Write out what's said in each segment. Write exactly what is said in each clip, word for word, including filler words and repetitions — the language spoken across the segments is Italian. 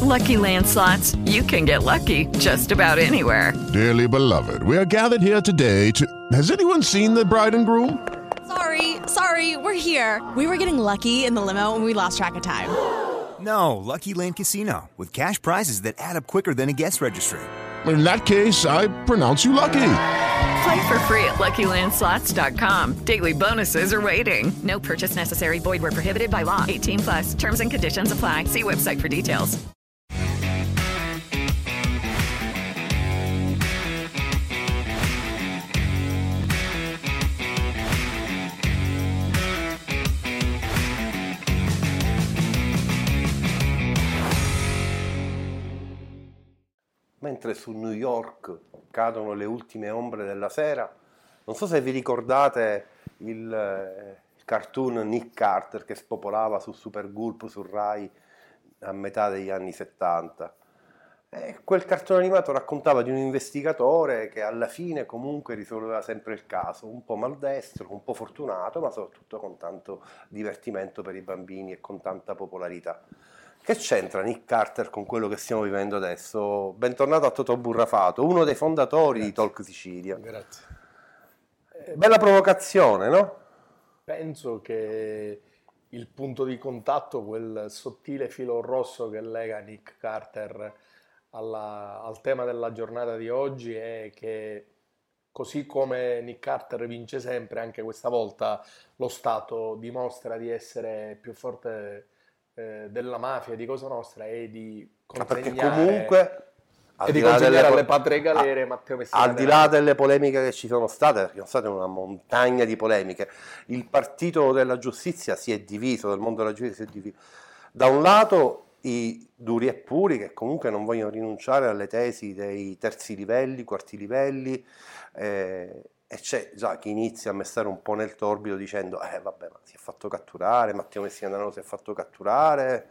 Lucky Land Slots, you can get lucky just about anywhere. Dearly beloved, we are gathered here today to... Has anyone seen the bride and groom? Sorry, sorry, we're here. We were getting lucky in the limo and we lost track of time. No, Lucky Land Casino, with cash prizes that add up quicker than a guest registry. In that case, I pronounce you lucky. Play for free at Lucky Land Slots dot com. Daily bonuses are waiting. No purchase necessary. Void where prohibited by law. eighteen plus. Terms and conditions apply. See website for details. Mentre su New York cadono le ultime ombre della sera, non so se vi ricordate il, eh, il cartoon Nick Carter che spopolava su Super Gulp, su Rai a metà degli anni settanta. E quel cartone animato raccontava di un investigatore che alla fine comunque risolveva sempre il caso, un po' maldestro, un po' fortunato, ma soprattutto con tanto divertimento per i bambini e con tanta popolarità. Che c'entra Nick Carter con quello che stiamo vivendo adesso? Bentornato a Totò Burrafato, uno dei fondatori Grazie. di Talk Sicilia. Grazie. Bella provocazione, no? Penso che il punto di contatto, quel sottile filo rosso che lega Nick Carter alla, al tema della giornata di oggi, è che così come Nick Carter vince sempre, anche questa volta lo Stato dimostra di essere più forte della mafia, di Cosa Nostra, e di consegnare, perché comunque e di consegnare alle patrie galere a, Matteo Messina al di là delle polemiche che ci sono state, perché sono state una montagna di polemiche, il partito della giustizia si è diviso, del mondo della giustizia si è diviso. Da un lato i duri e puri che comunque non vogliono rinunciare alle tesi dei terzi livelli, quarti livelli, eh, e c'è già chi inizia a mestare un po' nel torbido dicendo eh vabbè, ma si è fatto catturare, Matteo Messina Denaro si è fatto catturare.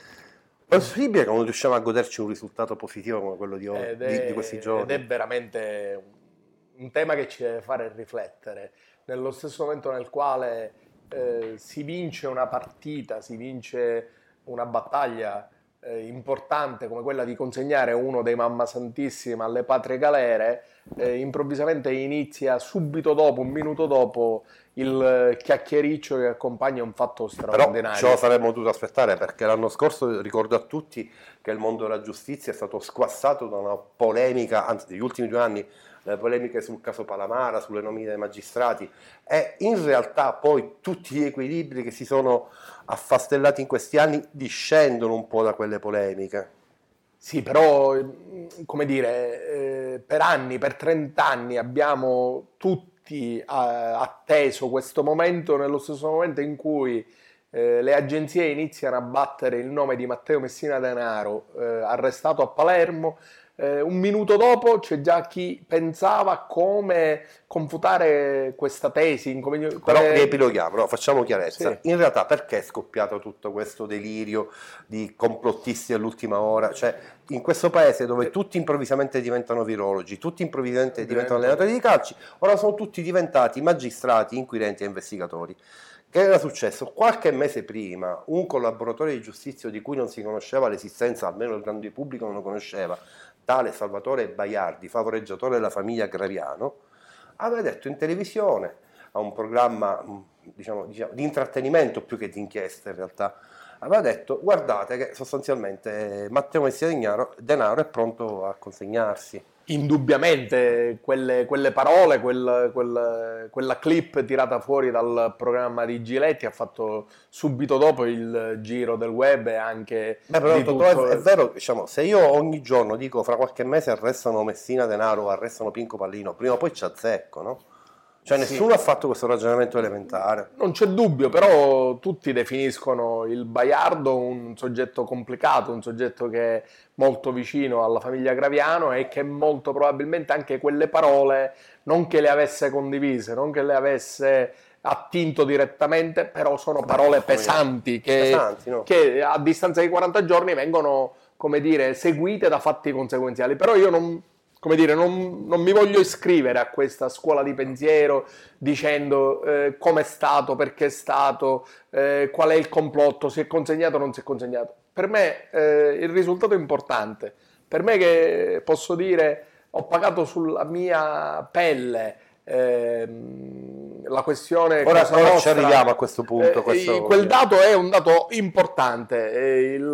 È possibile che non riusciamo a goderci un risultato positivo come quello di, è, di, di questi giorni? Ed è veramente un tema che ci deve fare riflettere, nello stesso momento nel quale eh, si vince una partita, si vince una battaglia eh, importante come quella di consegnare uno dei Mamma Santissima alle patrie galere, eh, improvvisamente inizia subito dopo, un minuto dopo, il chiacchiericcio che accompagna un fatto straordinario. Però ce lo saremmo dovuto aspettare, perché l'anno scorso ricordo a tutti che il mondo della giustizia è stato squassato da una polemica, anzi negli ultimi due anni, le polemiche sul caso Palamara, sulle nomine dei magistrati, e in realtà poi tutti gli equilibri che si sono affastellati in questi anni discendono un po' da quelle polemiche. Sì, però, come dire, eh, per anni, per trent'anni abbiamo tutti eh, atteso questo momento, nello stesso momento in cui eh, le agenzie iniziano a battere il nome di Matteo Messina Denaro, eh, arrestato a Palermo. Eh, un minuto dopo c'è già chi pensava come confutare questa tesi. Come, come... Però riepiloghiamo, no? Facciamo chiarezza. Sì. In realtà perché è scoppiato tutto questo delirio di complottisti all'ultima ora? Cioè, in questo paese dove tutti improvvisamente diventano virologi, tutti improvvisamente diventano allenatori di calci, ora sono tutti diventati magistrati, inquirenti e investigatori. Che era successo? Qualche mese prima un collaboratore di giustizia di cui non si conosceva l'esistenza, almeno il grande pubblico non lo conosceva, tale Salvatore Baiardi, favoreggiatore della famiglia Graviano, aveva detto in televisione, a un programma diciamo, diciamo, di intrattenimento più che di inchiesta in realtà, aveva detto guardate che sostanzialmente Matteo Messina Denaro è pronto a consegnarsi. Indubbiamente quelle, quelle parole, quel, quel, quella clip tirata fuori dal programma di Giletti ha fatto subito dopo il giro del web e anche Beh, però, di tutto tutto. È, è vero, diciamo, se io ogni giorno dico fra qualche mese arrestano Messina Denaro o arrestano Pinco Pallino, prima o poi ci azzecco, no? Cioè nessuno sì. ha fatto questo ragionamento elementare. Non c'è dubbio, però tutti definiscono il Baiardo un soggetto complicato, un soggetto che è molto vicino alla famiglia Graviano e che molto probabilmente anche quelle parole non che le avesse condivise, non che le avesse attinto direttamente, però sono parole pesanti che, pesanti, no? che a distanza di quaranta giorni vengono, come dire, seguite da fatti conseguenziali. Però io non... Come dire, non, non mi voglio iscrivere a questa scuola di pensiero dicendo eh, come è stato, perché è stato, eh, qual è il complotto, si è consegnato o non si è consegnato. per me eh, il risultato è importante. Per me che posso dire ho pagato sulla mia pelle ehm, la questione ora, Cosa ora Nostra, ci arriviamo a questo punto. eh, questo... quel dato è un dato importante. Eh, il,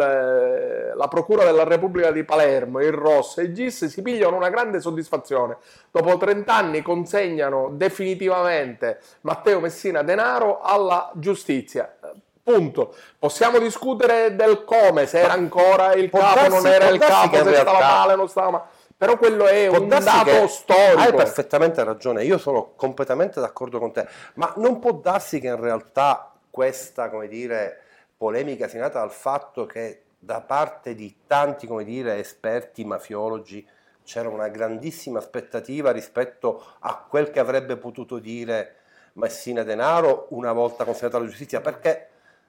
la Procura della Repubblica di Palermo, il R O S e il G I S si pigliano una grande soddisfazione. Dopo trenta anni consegnano definitivamente Matteo Messina Denaro alla giustizia. Punto. Possiamo discutere del come, se era ancora il può capo, darsi- non era può il darsi capo, che in se stava realtà- male, non stava male. Però quello è Può un darsi dato che storico. Hai perfettamente ragione, io sono completamente d'accordo con te, ma non può darsi che in realtà questa, come dire, polemica sia nata dal fatto che da parte di tanti, come dire, esperti mafiologi c'era una grandissima aspettativa rispetto a quel che avrebbe potuto dire Messina Denaro una volta consegnato alla giustizia, perché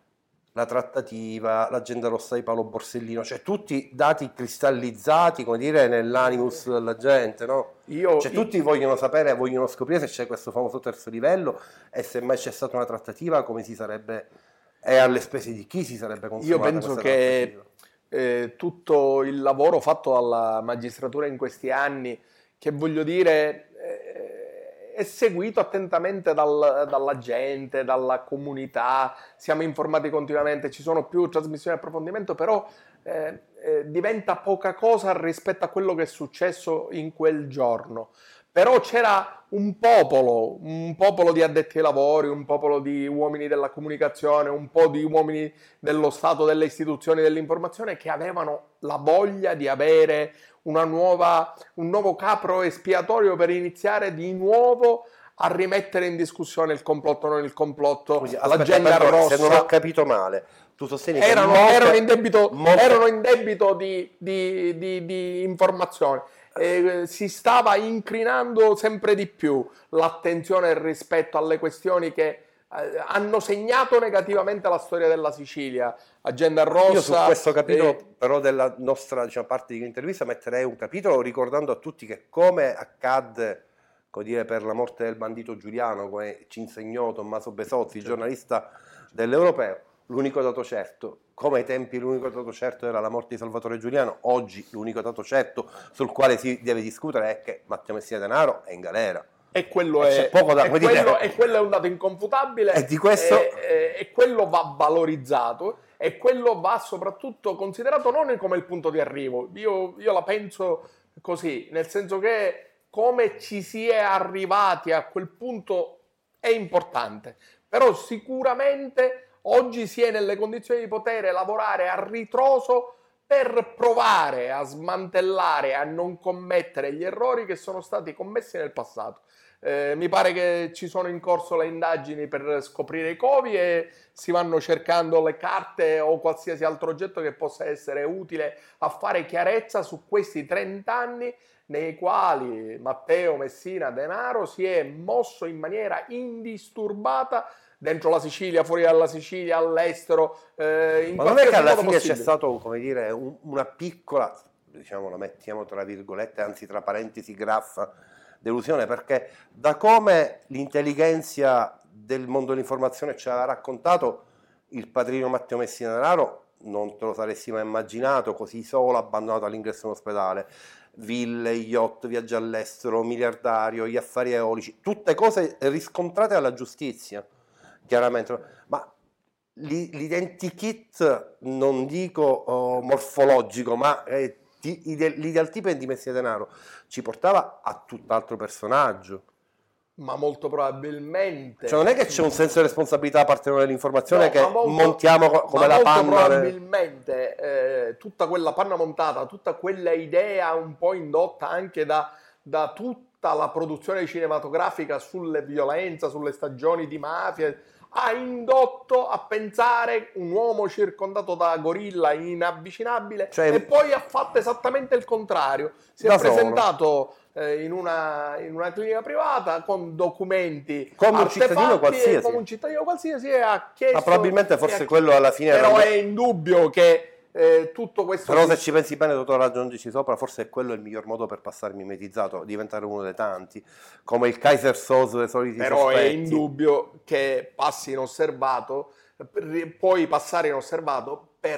la trattativa, l'agenda rossa di Paolo Borsellino, cioè tutti dati cristallizzati, come dire, nell'animus della gente, no? Io, Cioè tutti vogliono sapere, vogliono scoprire se c'è questo famoso terzo livello e se mai c'è stata una trattativa, come si sarebbe, e alle spese di chi si sarebbe consumata io penso questa che trattativa. eh, tutto il lavoro fatto dalla magistratura in questi anni, che voglio dire eh, è seguito attentamente dal- dalla gente, dalla comunità, siamo informati continuamente, ci sono più trasmissioni di approfondimento, però eh, eh, diventa poca cosa rispetto a quello che è successo in quel giorno. Però c'era un popolo, un popolo di addetti ai lavori, un popolo di uomini della comunicazione, un po' di uomini dello Stato, delle istituzioni dell'informazione che avevano la voglia di avere una nuova, un nuovo capro espiatorio per iniziare di nuovo a rimettere in discussione il complotto, non il complotto, Quindi, aspetta, l'agenda perdona, rossa. se non ho capito male, tu sostieni che Erano, molte- erano in debito, molte- erano in debito di, di, di, di informazioni. Eh, si stava incrinando sempre di più l'attenzione rispetto alle questioni che eh, hanno segnato negativamente la storia della Sicilia. Agenda rossa. Io su questo capitolo, eh, però, della nostra, diciamo, parte di intervista metterei un capitolo ricordando a tutti che, come accadde, come dire, per la morte del bandito Giuliano, come ci insegnò Tommaso Besozzi, certo. giornalista dell'Europeo, l'unico dato certo, come ai tempi l'unico dato certo era la morte di Salvatore Giuliano, oggi l'unico dato certo sul quale si deve discutere è che Matteo Messina Denaro è in galera. E quello E è, c'è poco da- e come quello, dire- e quello è un dato inconfutabile E di questo- e, e- e quello va valorizzato e quello va soprattutto considerato non come il punto di arrivo. Io, io la penso così, nel senso che come ci si è arrivati a quel punto è importante, però sicuramente oggi si è nelle condizioni di poter lavorare a ritroso per provare a smantellare, a non commettere gli errori che sono stati commessi nel passato. Eh, mi pare che ci sono in corso le indagini per scoprire i covi e si vanno cercando le carte o qualsiasi altro oggetto che possa essere utile a fare chiarezza su questi trenta anni nei quali Matteo Messina Denaro si è mosso in maniera indisturbata dentro la Sicilia, fuori dalla Sicilia, all'estero. Eh, in Ma non è che qualsiasi alla modo fine possibile. c'è stato, come dire, un- una piccola, diciamo, la mettiamo tra virgolette, anzi tra parentesi, graffa delusione, perché da come l'intelligenza del mondo dell'informazione ce l'ha raccontato, il padrino Matteo Messina Denaro non te lo saresti mai immaginato così solo, abbandonato all'ingresso in ospedale. Ville, yacht, viaggi all'estero, miliardario, gli affari eolici, tutte cose riscontrate dalla giustizia, chiaramente. Ma l'i- l'identikit, non dico oh, morfologico, ma eh, ti- ide- l'idealtipo di Messina Denaro ci portava a tutt'altro personaggio. Ma molto probabilmente... Cioè non è che c'è un senso di responsabilità da parte dell'informazione No, che ma molto- montiamo co- come ma la molto panna. probabilmente eh, tutta quella panna montata, tutta quella idea un po' indotta anche da, da tutta la produzione cinematografica sulle violenze, sulle stagioni di mafia, ha indotto a pensare un uomo circondato da gorilla inavvicinabile, Cioè- e poi ha fatto esattamente il contrario. Si Da è solo. presentato eh, in, una, in una clinica privata con documenti Come un artefatti cittadino e qualsiasi. come un cittadino qualsiasi e ha chiesto... Ma probabilmente e forse ha- quello alla fine Però era- è indubbio che eh, tutto questo... Però se ci pensi bene, dottor Ragiondici sopra, forse è quello il miglior modo per passare mimetizzato, diventare uno dei tanti, come il Kaiser Soze dei soliti Però è sospetti. indubbio che passi inosservato, ri- puoi passare inosservato, però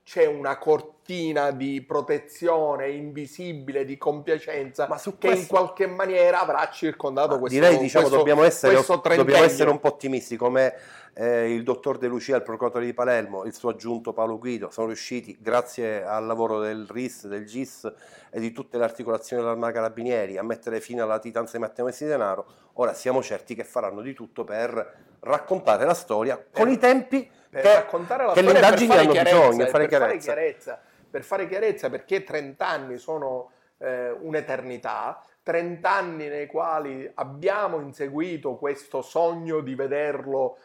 c'è una cortina di protezione invisibile, di compiacenza, Ma su che questo- in qualche maniera avrà circondato questo Direi, diciamo, questo- dobbiamo, essere, questo dobbiamo trentennio. essere un po' ottimisti, come eh, il dottor De Lucia, il procuratore di Palermo, il suo aggiunto Paolo Guido, sono riusciti, grazie al lavoro del R I S, del G I S e di tutte le articolazioni dell'Arma Carabinieri, a mettere fine alla latitanza di Matteo Messi Denaro. Ora siamo certi che faranno di tutto per raccontare la storia con i tempi per che, raccontare la che le storia e per indagini fare hanno chiarezza, bisogno, e e fare per fare chiarezza. chiarezza, per fare chiarezza, perché trenta anni sono eh, un'eternità, trenta anni nei quali abbiamo inseguito questo sogno di vederlo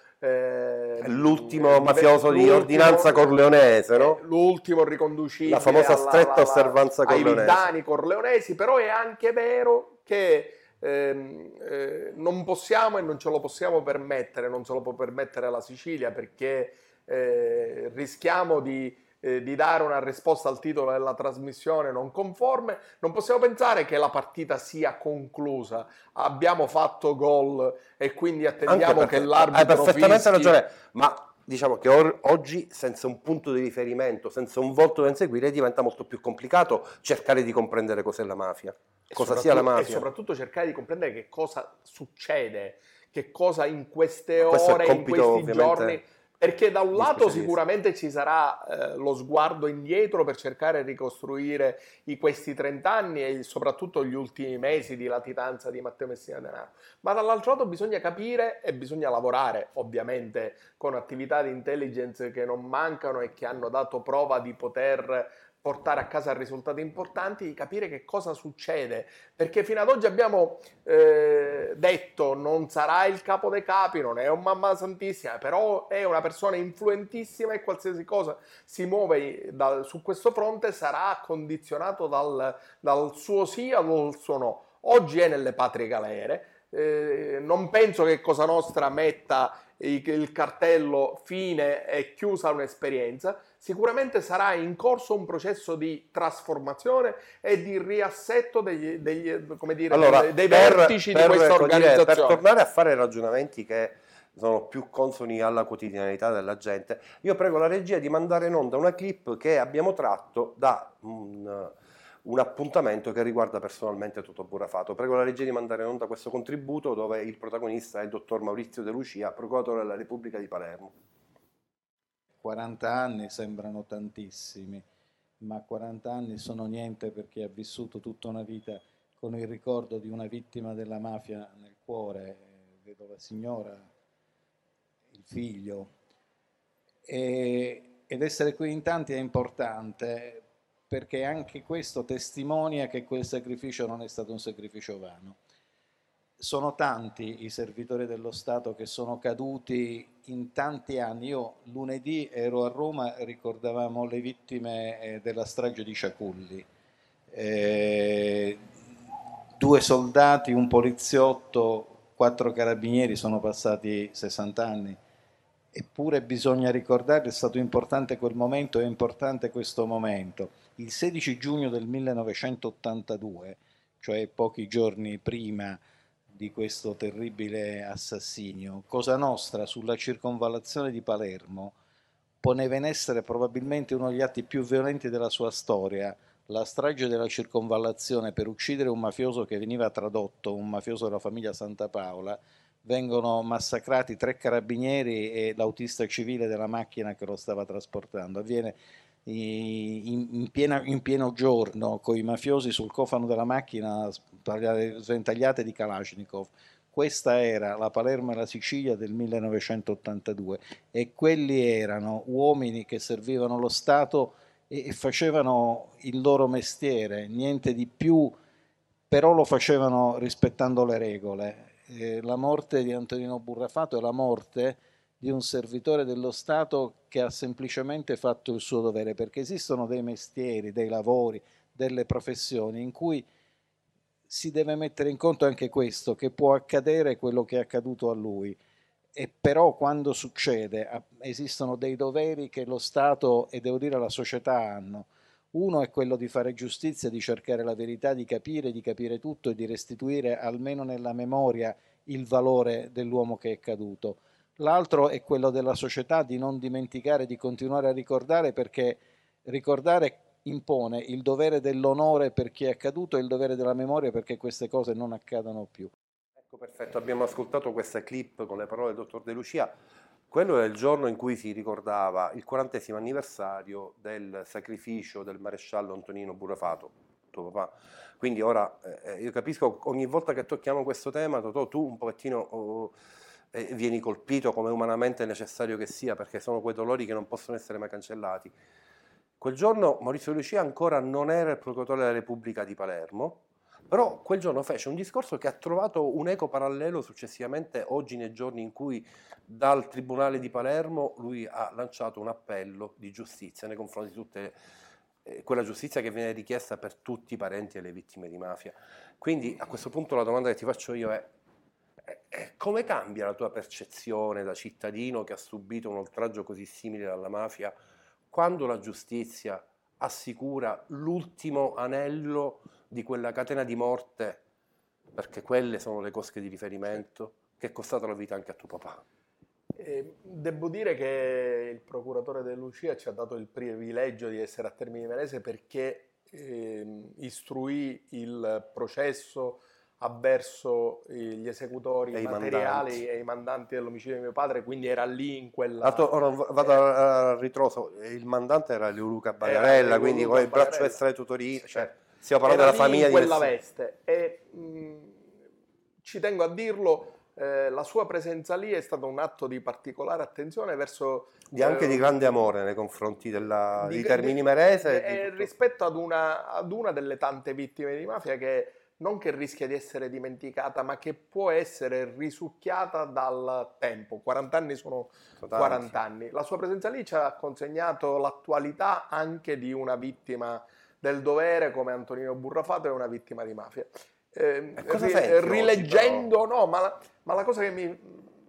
eh, L'ultimo di mafioso di l'ultimo- ordinanza corleonese, no? eh, l'ultimo riconducibile La famosa alla- stretta alla- osservanza ai corleonese. viddani corleonesi, però è anche vero che ehm, eh, non possiamo e non ce lo possiamo permettere, non se lo può permettere la Sicilia, perché eh, rischiamo di eh, di dare una risposta al titolo della trasmissione non conforme. Non possiamo pensare che la partita sia conclusa, abbiamo fatto gol e quindi attendiamo Anche che perché l'arbitro hai perfettamente fischi. ragione, ma diciamo che or- oggi, senza un punto di riferimento, senza un volto da inseguire, diventa molto più complicato cercare di comprendere cos'è la mafia, E cosa sia la soprattutto- mafia. E soprattutto cercare di comprendere che cosa succede, che cosa in queste Questo è il ore, in compito, questi ovviamente, giorni. Perché da un di lato specialisti. sicuramente ci sarà eh, lo sguardo indietro per cercare di ricostruire i, questi trenta anni e soprattutto gli ultimi mesi di latitanza di Matteo Messina Denaro, ma dall'altro lato bisogna capire e bisogna lavorare ovviamente con attività di intelligence che non mancano e che hanno dato prova di poter portare a casa risultati importanti, di capire che cosa succede, perché fino ad oggi abbiamo eh, detto non sarà il capo dei capi, non è un mamma santissima, però è una persona influentissima e qualsiasi cosa si muove da, su questo fronte sarà condizionato dal, dal suo sì o dal suo no. Oggi è nelle patrie galere, eh, non penso che Cosa Nostra metta il, il cartello fine e chiusa un'esperienza. Sicuramente sarà in corso un processo di trasformazione e di riassetto degli, degli, come dire, Allora, dei, dei per- vertici per, di questa ecco, dire, organizzazione. per tornare a fare ragionamenti che sono più consoni alla quotidianità della gente, io prego la regia di mandare in onda una clip che abbiamo tratto da un, un appuntamento che riguarda personalmente Totò Burafato. Prego la regia di mandare in onda questo contributo dove il protagonista è il dottor Maurizio De Lucia, procuratore della Repubblica di Palermo. quaranta anni sembrano tantissimi, ma quaranta anni sono niente per chi ha vissuto tutta una vita con il ricordo di una vittima della mafia nel cuore, vedo la signora, il figlio, e, ed essere qui in tanti è importante perché anche questo testimonia che quel sacrificio non è stato un sacrificio vano. Sono tanti i servitori dello Stato che sono caduti in tanti anni. Io lunedì ero a Roma, ricordavamo le vittime eh, della strage di Ciaculli. Eh, due soldati, un poliziotto, quattro carabinieri, sono passati sessanta anni. Eppure bisogna ricordare, è stato importante quel momento, è importante questo momento. Il sedici giugno del millenovecentottantadue, cioè pochi giorni prima di questo terribile assassinio, Cosa Nostra sulla circonvallazione di Palermo poneva in essere probabilmente uno degli atti più violenti della sua storia, la strage della circonvallazione per uccidere un mafioso che veniva tradotto, un mafioso della famiglia Santa Paola. Vengono massacrati tre carabinieri e l'autista civile della macchina che lo stava trasportando. Avviene in, in, piena, in pieno giorno, con i mafiosi sul cofano della macchina sventagliate di Kalashnikov. Questa era la Palermo e la Sicilia del millenovecentottantadue e quelli erano uomini che servivano lo Stato e facevano il loro mestiere, niente di più, però lo facevano rispettando le regole. Eh, la morte di Antonino Burafato è la morte di un servitore dello Stato che ha semplicemente fatto il suo dovere, perché esistono dei mestieri, dei lavori, delle professioni in cui si deve mettere in conto anche questo, che può accadere quello che è accaduto a lui, e però quando succede esistono dei doveri che lo Stato e devo dire la società hanno. Uno è quello di fare giustizia, di cercare la verità, di capire, di capire tutto e di restituire almeno nella memoria il valore dell'uomo che è caduto. L'altro è quello della società, di non dimenticare, di continuare a ricordare, perché Ricordare impone il dovere dell'onore per chi è accaduto e il dovere della memoria perché queste cose non accadano più. Ecco, perfetto, abbiamo ascoltato questa clip con le parole del dottor De Lucia. Quello è il giorno in cui si ricordava il quarantesimo anniversario del sacrificio del maresciallo Antonino Burrafato, tuo papà. Quindi ora eh, io capisco, ogni volta che tocchiamo questo tema, Totò, tu un pochettino oh, eh, vieni colpito come umanamente è necessario che sia, perché sono quei dolori che non possono essere mai cancellati. Quel giorno Maurizio De Lucia ancora non era il procuratore della Repubblica di Palermo, però quel giorno fece un discorso che ha trovato un eco parallelo successivamente oggi, nei giorni in cui dal Tribunale di Palermo lui ha lanciato un appello di giustizia nei confronti di tutte eh, quella giustizia che viene richiesta per tutti i parenti e le vittime di mafia. Quindi a questo punto la domanda che ti faccio io è, è, è come cambia la tua percezione da cittadino che ha subito un oltraggio così simile alla mafia quando la giustizia assicura l'ultimo anello di quella catena di morte, perché quelle sono le cosche di riferimento, che è costato la vita anche a tuo papà? Eh, devo dire che il procuratore De Lucia ci ha dato il privilegio di essere a Termini Imerese perché eh, istruì il processo avverso gli esecutori e materiali i e i mandanti dell'omicidio di mio padre, quindi era lì in quella... Altro, ora vado a ritroso, il mandante era Leoluca Bagarella, quindi con il braccio destro di tutoria, cioè, stiamo parlando era della famiglia in di quella Messina. veste e mh, ci tengo a dirlo, eh, la sua presenza lì è stato un atto di particolare attenzione verso... Di anche eh, di grande amore nei confronti della, di, di, di Termini Imerese. eh, di tutto. Rispetto ad una, ad una delle tante vittime di mafia che non che rischia di essere dimenticata, ma che può essere risucchiata dal tempo. quaranta anni sono quaranta anni. La sua presenza lì ci ha consegnato l'attualità anche di una vittima del dovere come Antonino Burrafato e una vittima di mafia. Eh, cosa ri- senti rileggendo, oggi, no, ma la, ma la cosa che mi,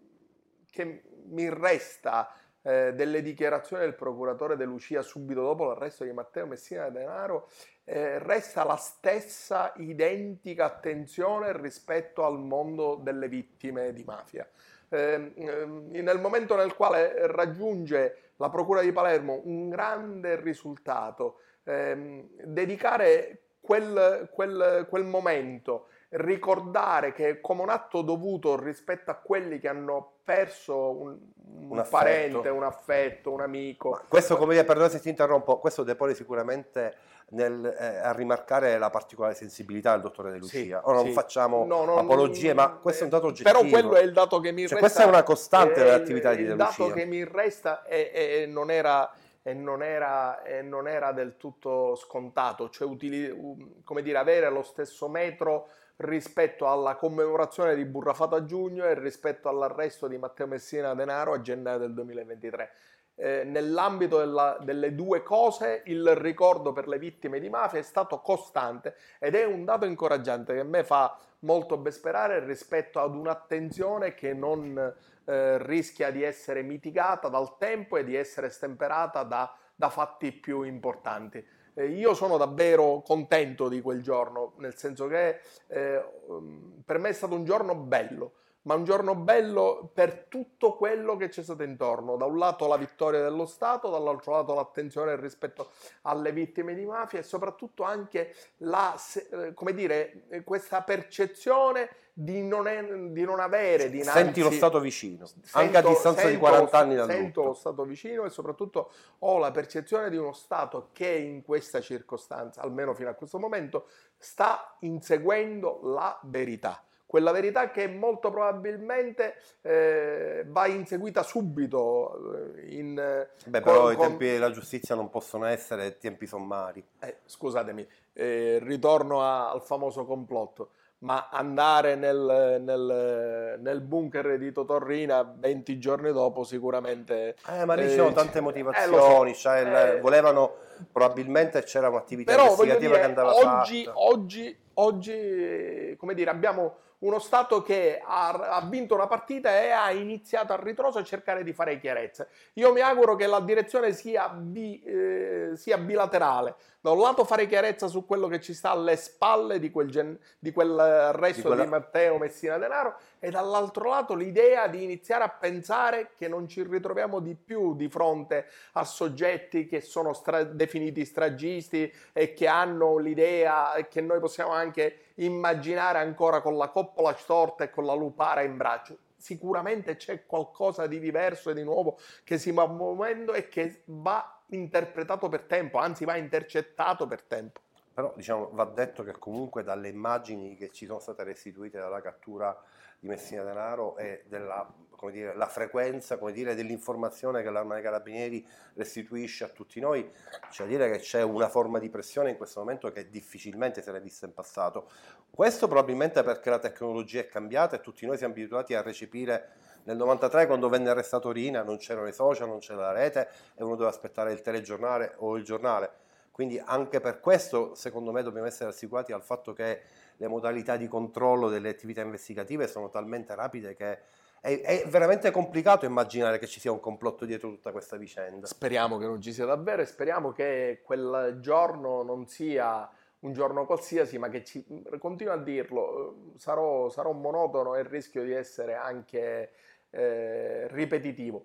che mi resta eh, delle dichiarazioni del procuratore De Lucia subito dopo l'arresto di Matteo Messina Denaro, eh, resta la stessa identica attenzione rispetto al mondo delle vittime di mafia. Eh, nel momento nel quale raggiunge la Procura di Palermo un grande risultato, eh, dedicare quel, quel, quel momento, ricordare che come un atto dovuto rispetto a quelli che hanno perso un, un, un parente, un affetto, un amico. Ma questo, come dire, perdona se ti interrompo, questo depone sicuramente nel, eh, a rimarcare la particolare sensibilità del dottore De Lucia. Sì, Ora non sì. facciamo no, no, apologie, ma questo è un dato oggettivo. Però quello è il dato che mi cioè, resta. Questa è una costante dell'attività di De Lucia. Il dato che mi resta è, è, non era... E non, era, e non era del tutto scontato, cioè utili, come dire, avere lo stesso metro rispetto alla commemorazione di Burrafato a giugno e rispetto all'arresto di Matteo Messina Denaro a gennaio del duemilaventitré. Eh, nell'ambito della, delle due cose il ricordo per le vittime di mafia è stato costante ed è un dato incoraggiante che a me fa molto ben sperare rispetto ad un'attenzione che non eh, rischia di essere mitigata dal tempo e di essere stemperata da, da fatti più importanti. Eh, io sono davvero contento di quel giorno, nel senso che eh, per me è stato un giorno bello, ma un giorno bello per tutto quello che c'è stato intorno. Da un lato la vittoria dello Stato, dall'altro lato l'attenzione rispetto alle vittime di mafia e soprattutto anche la, come dire, questa percezione di non, è, di non avere dinanzi... Senti lo Stato vicino, sento, anche a distanza sento, di quaranta anni dal Sento lutto. lo Stato vicino e soprattutto ho la percezione di uno Stato che in questa circostanza, almeno fino a questo momento, sta inseguendo la verità. Quella verità che molto probabilmente eh, va inseguita subito. In, Beh, però con, i tempi con... della giustizia non possono essere tempi sommari. Eh, scusatemi, eh, ritorno a, al famoso complotto, ma andare nel, nel, nel bunker di Totorrina venti giorni dopo sicuramente... Eh, ma lì ci sono tante motivazioni, eh, so, cioè, eh, il, volevano, probabilmente c'era un'attività però, investigativa dire, che andava oggi, fatta. Oggi, oggi, come dire, abbiamo uno Stato che ha, ha vinto una partita e ha iniziato a ritroso a cercare di fare chiarezza. Io mi auguro che la direzione sia, bi, eh, sia bilaterale Da un lato fare chiarezza su quello che ci sta alle spalle di quel, gen- di quel arresto di, quella... di Matteo Messina Denaro, e dall'altro lato l'idea di iniziare a pensare che non ci ritroviamo di più di fronte a soggetti che sono stra- definiti stragisti e che hanno l'idea che noi possiamo anche immaginare ancora con la coppola storta e con la lupara in braccio. Sicuramente c'è qualcosa di diverso e di nuovo che si va muovendo e che va interpretato per tempo, anzi va intercettato per tempo. Però diciamo, va detto che comunque dalle immagini che ci sono state restituite dalla cattura di Messina Denaro e della, come dire, la frequenza, come dire, dell'informazione che l'Arma dei Carabinieri restituisce a tutti noi, c'è da dire che c'è una forma di pressione in questo momento che difficilmente si era vista in passato. Questo probabilmente perché la tecnologia è cambiata e tutti noi siamo abituati a recepire. Nel novantatré, quando venne arrestato Riina, non c'erano i social, non c'era la rete e uno doveva aspettare il telegiornale o il giornale. Quindi anche per questo, secondo me, dobbiamo essere assicurati al fatto che le modalità di controllo delle attività investigative sono talmente rapide che è, è veramente complicato immaginare che ci sia un complotto dietro tutta questa vicenda. Speriamo che non ci sia davvero e speriamo che quel giorno non sia un giorno qualsiasi, ma che ci continuo a dirlo, sarò, sarò monotono e rischio di essere anche eh, ripetitivo.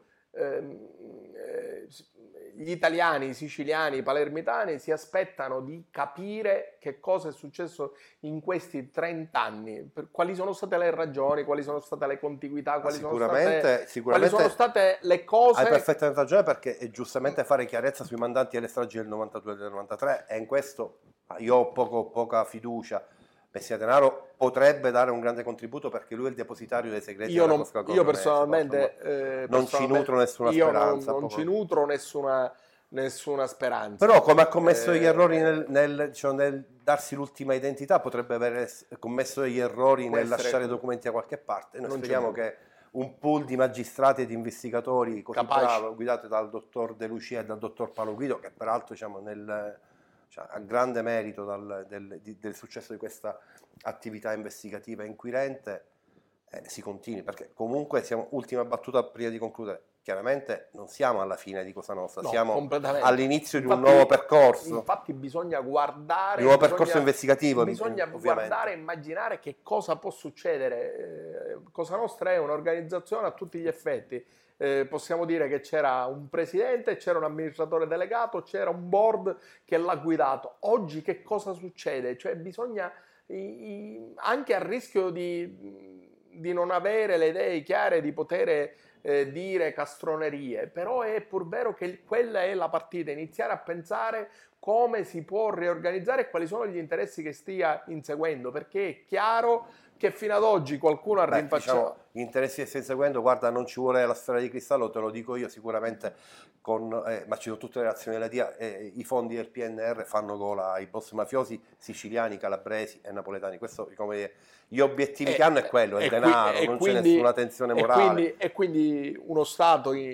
Eh, gli italiani, i siciliani, i palermitani si aspettano di capire che cosa è successo in questi trent'anni, per quali sono state le ragioni, quali sono state le contiguità, quali, sicuramente, sono, state, sicuramente quali sono state le cose. Hai perfettamente ragione, perché è giustamente fare chiarezza sui mandanti alle stragi del novantadue e del novantatré, e in questo io ho poco, poca fiducia. Messina Denaro potrebbe dare un grande contributo perché lui è il depositario dei segreti io della non, Cosca io personalmente, eh, non ci nutro nessuna io speranza. Non, non ci nutro nessuna, nessuna speranza. Però come ha commesso eh, gli errori nel, eh, nel, diciamo, nel darsi l'ultima identità, potrebbe aver commesso gli errori nel essere, lasciare documenti da qualche parte. Noi speriamo che un pool di magistrati e di investigatori così bravo, guidati dal dottor De Lucia e dal dottor Paolo Guido, che peraltro diciamo, nel, cioè, ha grande merito dal, del, di, del successo di questa attività investigativa inquirente, eh, si continui, perché comunque siamo, ultima battuta prima di concludere, chiaramente non siamo alla fine di Cosa Nostra, no, siamo all'inizio di un infatti, nuovo percorso. Infatti bisogna guardare... Un nuovo bisogna, percorso investigativo. Bisogna ovviamente. guardare e immaginare che cosa può succedere. Eh, Cosa Nostra è un'organizzazione a tutti gli effetti. Eh, possiamo dire che c'era un presidente, c'era un amministratore delegato, c'era un board che l'ha guidato. Oggi che cosa succede? Cioè bisogna, i, i, anche a rischio di, di non avere le idee chiare, di poter eh, dire castronerie, però è pur vero che quella è la partita, iniziare a pensare come si può riorganizzare e quali sono gli interessi che stia inseguendo, perché è chiaro che fino ad oggi qualcuno ha rinfacciato. Diciamo, gli interessi che stai seguendo, guarda, non ci vuole la sfera di cristallo, te lo dico io sicuramente, con, eh, ma ci sono tutte le azioni della D I A, eh, i fondi del P N R fanno gola ai boss mafiosi siciliani, calabresi e napoletani. Questo, come gli obiettivi e, che hanno è quello, è il denaro, qui, non quindi, c'è nessuna tensione morale. E quindi, e quindi uno Stato in,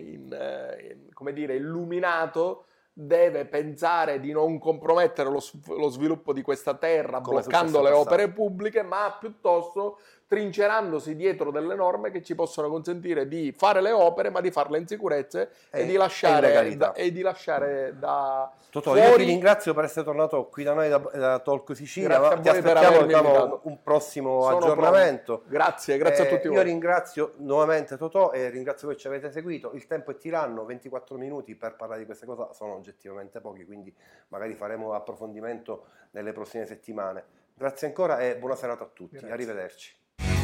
in, come dire, illuminato deve pensare di non compromettere lo, lo sviluppo di questa terra come bloccando le opere pubbliche, ma piuttosto trincerandosi dietro delle norme che ci possono consentire di fare le opere, ma di farle in sicurezza e, e, di, lasciare, da, e di lasciare da Totò, fuori... io ti ringrazio per essere tornato qui da noi da, da Talk Sicilia. Grazie ti aspettiamo diciamo, un prossimo Sono aggiornamento. Pronto. Grazie, grazie eh, a tutti voi. Io ringrazio nuovamente Totò e ringrazio voi che ci avete seguito. Il tempo è tiranno, ventiquattro minuti per parlare di queste cose sono oggettivamente pochi, quindi magari faremo approfondimento nelle prossime settimane. Grazie ancora e buona serata a tutti. Grazie. Arrivederci.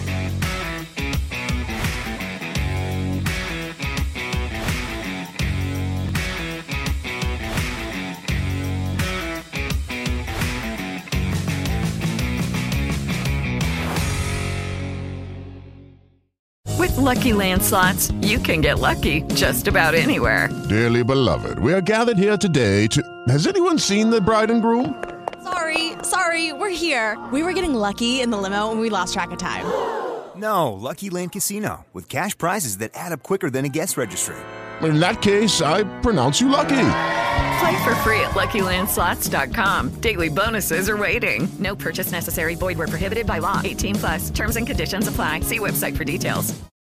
With Lucky Land Slots, you can get lucky just about anywhere. Dearly beloved, we are gathered here today to... Has anyone seen the bride and groom? Sorry, sorry, we're here. We were getting lucky in the limo and we lost track of time. No, Lucky Land Casino, with cash prizes that add up quicker than a guest registry. In that case, I pronounce you lucky. Play for free at Lucky Land Slots dot com. Daily bonuses are waiting. No purchase necessary. Void where prohibited by law. eighteen plus. Terms and conditions apply. See website for details.